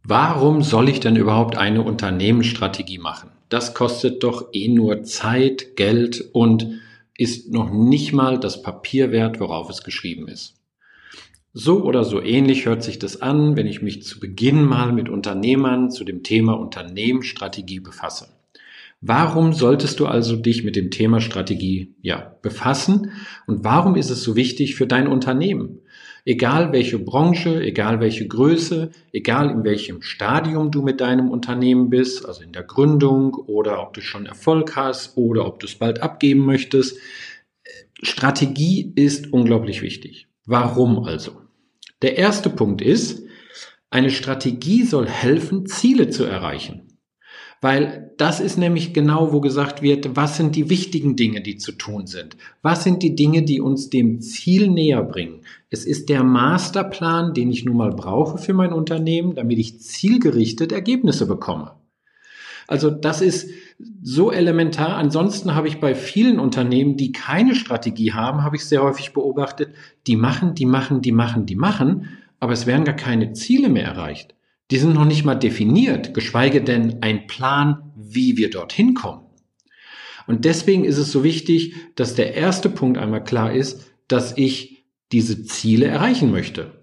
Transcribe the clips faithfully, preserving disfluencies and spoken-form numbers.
Warum soll ich denn überhaupt eine Unternehmensstrategie machen? Das kostet doch eh nur Zeit, Geld und ist noch nicht mal das Papier wert, worauf es geschrieben ist. So oder so ähnlich hört sich das an, wenn ich mich zu Beginn mal mit Unternehmern zu dem Thema Unternehmensstrategie befasse. Warum solltest du also dich mit dem Thema Strategie ja, befassen und warum ist es so wichtig für dein Unternehmen? Egal welche Branche, egal welche Größe, egal in welchem Stadium du mit deinem Unternehmen bist, also in der Gründung oder ob du schon Erfolg hast oder ob du es bald abgeben möchtest, Strategie ist unglaublich wichtig. Warum also? Der erste Punkt ist, eine Strategie soll helfen, Ziele zu erreichen. Weil das ist nämlich genau, wo gesagt wird, was sind die wichtigen Dinge, die zu tun sind? Was sind die Dinge, die uns dem Ziel näher bringen? Es ist der Masterplan, den ich nun mal brauche für mein Unternehmen, damit ich zielgerichtet Ergebnisse bekomme. Also das ist so elementar. Ansonsten habe ich bei vielen Unternehmen, die keine Strategie haben, habe ich sehr häufig beobachtet, die machen, die machen, die machen, die machen, aber es werden gar keine Ziele mehr erreicht. Die sind noch nicht mal definiert, geschweige denn ein Plan, wie wir dorthin kommen. Und deswegen ist es so wichtig, dass der erste Punkt einmal klar ist, dass ich diese Ziele erreichen möchte.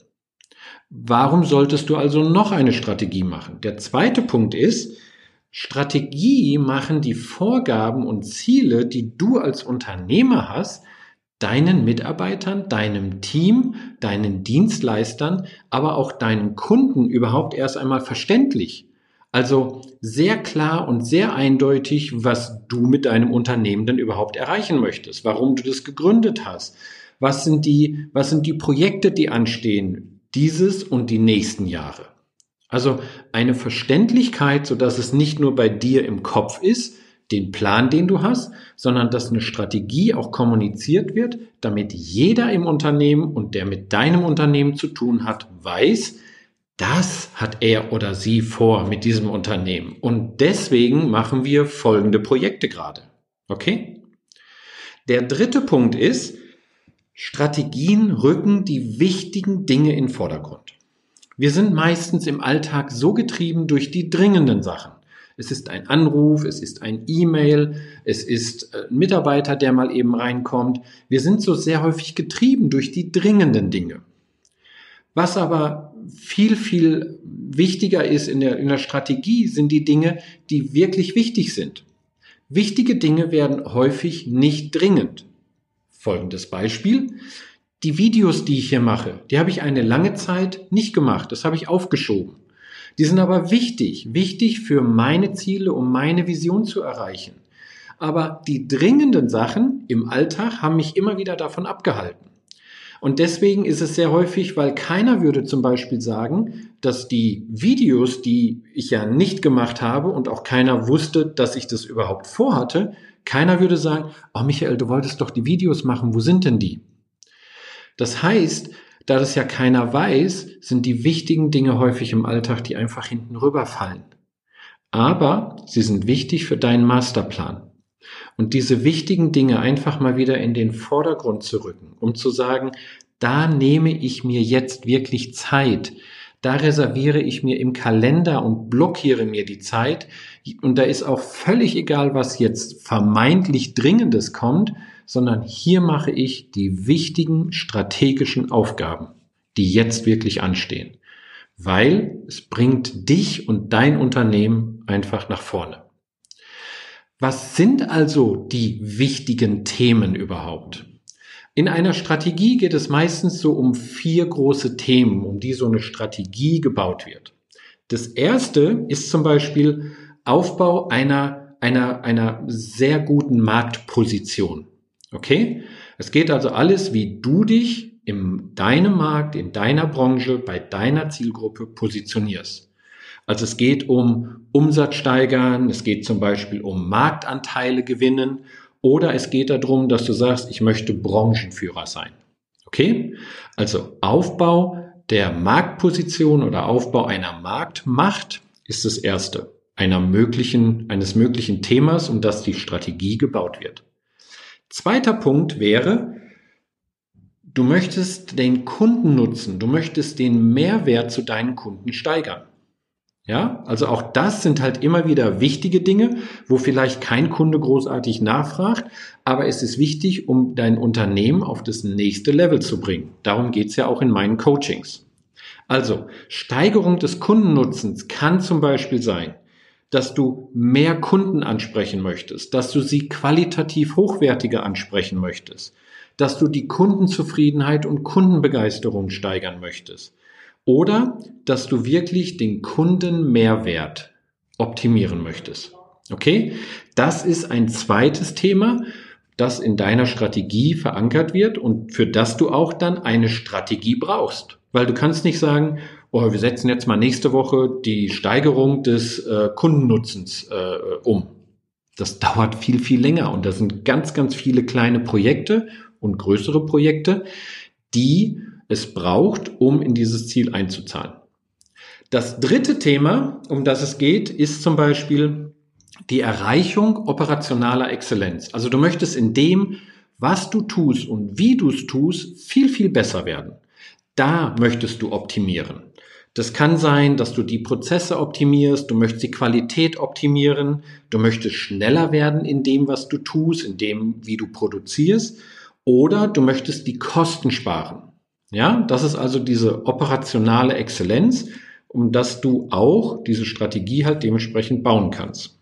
Warum solltest du also noch eine Strategie machen? Der zweite Punkt ist, Strategie machen die Vorgaben und Ziele, die du als Unternehmer hast, deinen Mitarbeitern, deinem Team, deinen Dienstleistern, aber auch deinen Kunden überhaupt erst einmal verständlich. Also sehr klar und sehr eindeutig, was du mit deinem Unternehmen denn überhaupt erreichen möchtest, warum du das gegründet hast, was sind die, was sind die Projekte, die anstehen, dieses und die nächsten Jahre. Also eine Verständlichkeit, sodass es nicht nur bei dir im Kopf ist, den Plan, den du hast, sondern dass eine Strategie auch kommuniziert wird, damit jeder im Unternehmen und der mit deinem Unternehmen zu tun hat, weiß, das hat er oder sie vor mit diesem Unternehmen. Und deswegen machen wir folgende Projekte gerade. Okay? Der dritte Punkt ist, Strategien rücken die wichtigen Dinge in den Vordergrund. Wir sind meistens im Alltag so getrieben durch die dringenden Sachen. Es ist ein Anruf, es ist ein E-Mail, es ist ein Mitarbeiter, der mal eben reinkommt. Wir sind so sehr häufig getrieben durch die dringenden Dinge. Was aber viel, viel wichtiger ist in der, in der Strategie, sind die Dinge, die wirklich wichtig sind. Wichtige Dinge werden häufig nicht dringend. Folgendes Beispiel. Die Videos, die ich hier mache, die habe ich eine lange Zeit nicht gemacht. Das habe ich aufgeschoben. Die sind aber wichtig, wichtig für meine Ziele, um meine Vision zu erreichen. Aber die dringenden Sachen im Alltag haben mich immer wieder davon abgehalten. Und deswegen ist es sehr häufig, weil keiner würde zum Beispiel sagen, dass die Videos, die ich ja nicht gemacht habe und auch keiner wusste, dass ich das überhaupt vorhatte, keiner würde sagen, oh Michael, du wolltest doch die Videos machen, wo sind denn die? Das heißt, da das ja keiner weiß, sind die wichtigen Dinge häufig im Alltag, die einfach hinten rüberfallen. Aber sie sind wichtig für deinen Masterplan. Und diese wichtigen Dinge einfach mal wieder in den Vordergrund zu rücken, um zu sagen, da nehme ich mir jetzt wirklich Zeit. Da reserviere ich mir im Kalender und blockiere mir die Zeit. Und da ist auch völlig egal, was jetzt vermeintlich Dringendes kommt, sondern hier mache ich die wichtigen strategischen Aufgaben, die jetzt wirklich anstehen, weil es bringt dich und dein Unternehmen einfach nach vorne. Was sind also die wichtigen Themen überhaupt? In einer Strategie geht es meistens so um vier große Themen, um die so eine Strategie gebaut wird. Das erste ist zum Beispiel Aufbau einer, einer, einer sehr guten Marktposition. Okay? Es geht also alles, wie du dich in deinem Markt, in deiner Branche, bei deiner Zielgruppe positionierst. Also es geht um Umsatz steigern, es geht zum Beispiel um Marktanteile gewinnen oder es geht darum, dass du sagst, ich möchte Branchenführer sein. Okay? Also Aufbau der Marktposition oder Aufbau einer Marktmacht ist das erste, einer möglichen, eines möglichen Themas, um das die Strategie gebaut wird. Zweiter Punkt wäre, du möchtest den Kunden nutzen, du möchtest den Mehrwert zu deinen Kunden steigern. Ja, also auch das sind halt immer wieder wichtige Dinge, wo vielleicht kein Kunde großartig nachfragt, aber es ist wichtig, um dein Unternehmen auf das nächste Level zu bringen. Darum geht's ja auch in meinen Coachings. Also, Steigerung des Kundennutzens kann zum Beispiel sein, dass du mehr Kunden ansprechen möchtest, dass du sie qualitativ hochwertiger ansprechen möchtest, dass du die Kundenzufriedenheit und Kundenbegeisterung steigern möchtest oder dass du wirklich den Kundenmehrwert optimieren möchtest. Okay? Das ist ein zweites Thema, das in deiner Strategie verankert wird und für das du auch dann eine Strategie brauchst. Weil du kannst nicht sagen, oh, wir setzen jetzt mal nächste Woche die Steigerung des äh, Kundennutzens äh, um. Das dauert viel, viel länger und das sind ganz, ganz viele kleine Projekte und größere Projekte, die es braucht, um in dieses Ziel einzuzahlen. Das dritte Thema, um das es geht, ist zum Beispiel die Erreichung operationaler Exzellenz. Also du möchtest in dem, was du tust und wie du es tust, viel, viel besser werden. Da möchtest du optimieren. Das kann sein, dass du die Prozesse optimierst, du möchtest die Qualität optimieren, du möchtest schneller werden in dem, was du tust, in dem, wie du produzierst, oder du möchtest die Kosten sparen. Ja, das ist also diese operationale Exzellenz, um dass du auch diese Strategie halt dementsprechend bauen kannst.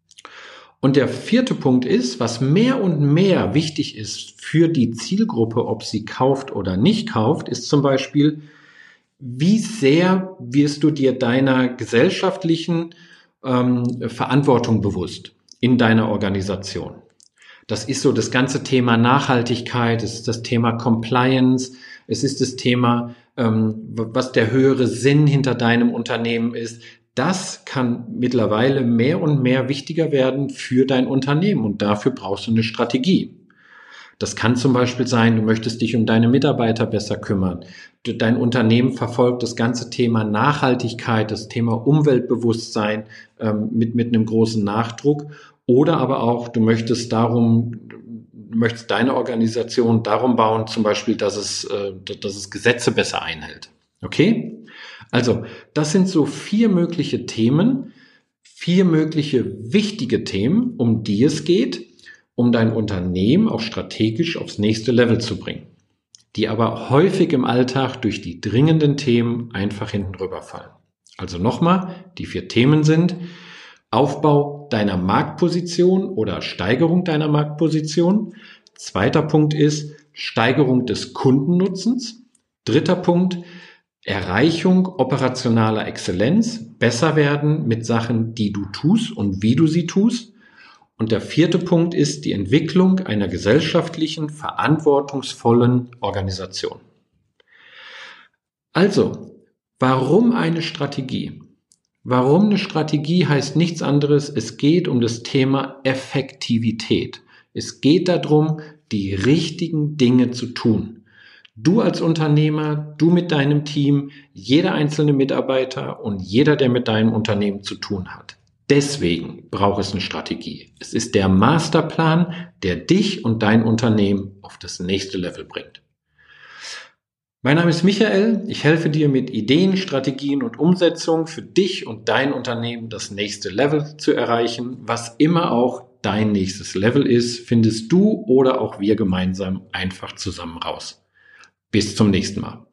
Und der vierte Punkt ist, was mehr und mehr wichtig ist für die Zielgruppe, ob sie kauft oder nicht kauft, ist zum Beispiel, wie sehr wirst du dir deiner gesellschaftlichen ähm, Verantwortung bewusst in deiner Organisation? Das ist so das ganze Thema Nachhaltigkeit, es ist das Thema Compliance, es ist das Thema, ähm, was der höhere Sinn hinter deinem Unternehmen ist. Das kann mittlerweile mehr und mehr wichtiger werden für dein Unternehmen und dafür brauchst du eine Strategie. Das kann zum Beispiel sein, du möchtest dich um deine Mitarbeiter besser kümmern. Dein Unternehmen verfolgt das ganze Thema Nachhaltigkeit, das Thema Umweltbewusstsein ähm, mit, mit einem großen Nachdruck. Oder aber auch, du möchtest darum, du möchtest deine Organisation darum bauen, zum Beispiel, dass es, äh, dass es Gesetze besser einhält. Okay? Also, das sind so vier mögliche Themen, vier mögliche wichtige Themen, um die es geht, um dein Unternehmen auch strategisch aufs nächste Level zu bringen, die aber häufig im Alltag durch die dringenden Themen einfach hinten rüberfallen. Also nochmal, die vier Themen sind Aufbau deiner Marktposition oder Steigerung deiner Marktposition. Zweiter Punkt ist Steigerung des Kundennutzens. Dritter Punkt, Erreichung operationaler Exzellenz, besser werden mit Sachen, die du tust und wie du sie tust. Und der vierte Punkt ist die Entwicklung einer gesellschaftlichen, verantwortungsvollen Organisation. Also, warum eine Strategie? Warum eine Strategie heißt nichts anderes, es geht um das Thema Effektivität. Es geht darum, die richtigen Dinge zu tun. Du als Unternehmer, du mit deinem Team, jeder einzelne Mitarbeiter und jeder, der mit deinem Unternehmen zu tun hat. Deswegen braucht es eine Strategie. Es ist der Masterplan, der dich und dein Unternehmen auf das nächste Level bringt. Mein Name ist Michael. Ich helfe dir mit Ideen, Strategien und Umsetzung für dich und dein Unternehmen das nächste Level zu erreichen. Was immer auch dein nächstes Level ist, findest du oder auch wir gemeinsam einfach zusammen raus. Bis zum nächsten Mal.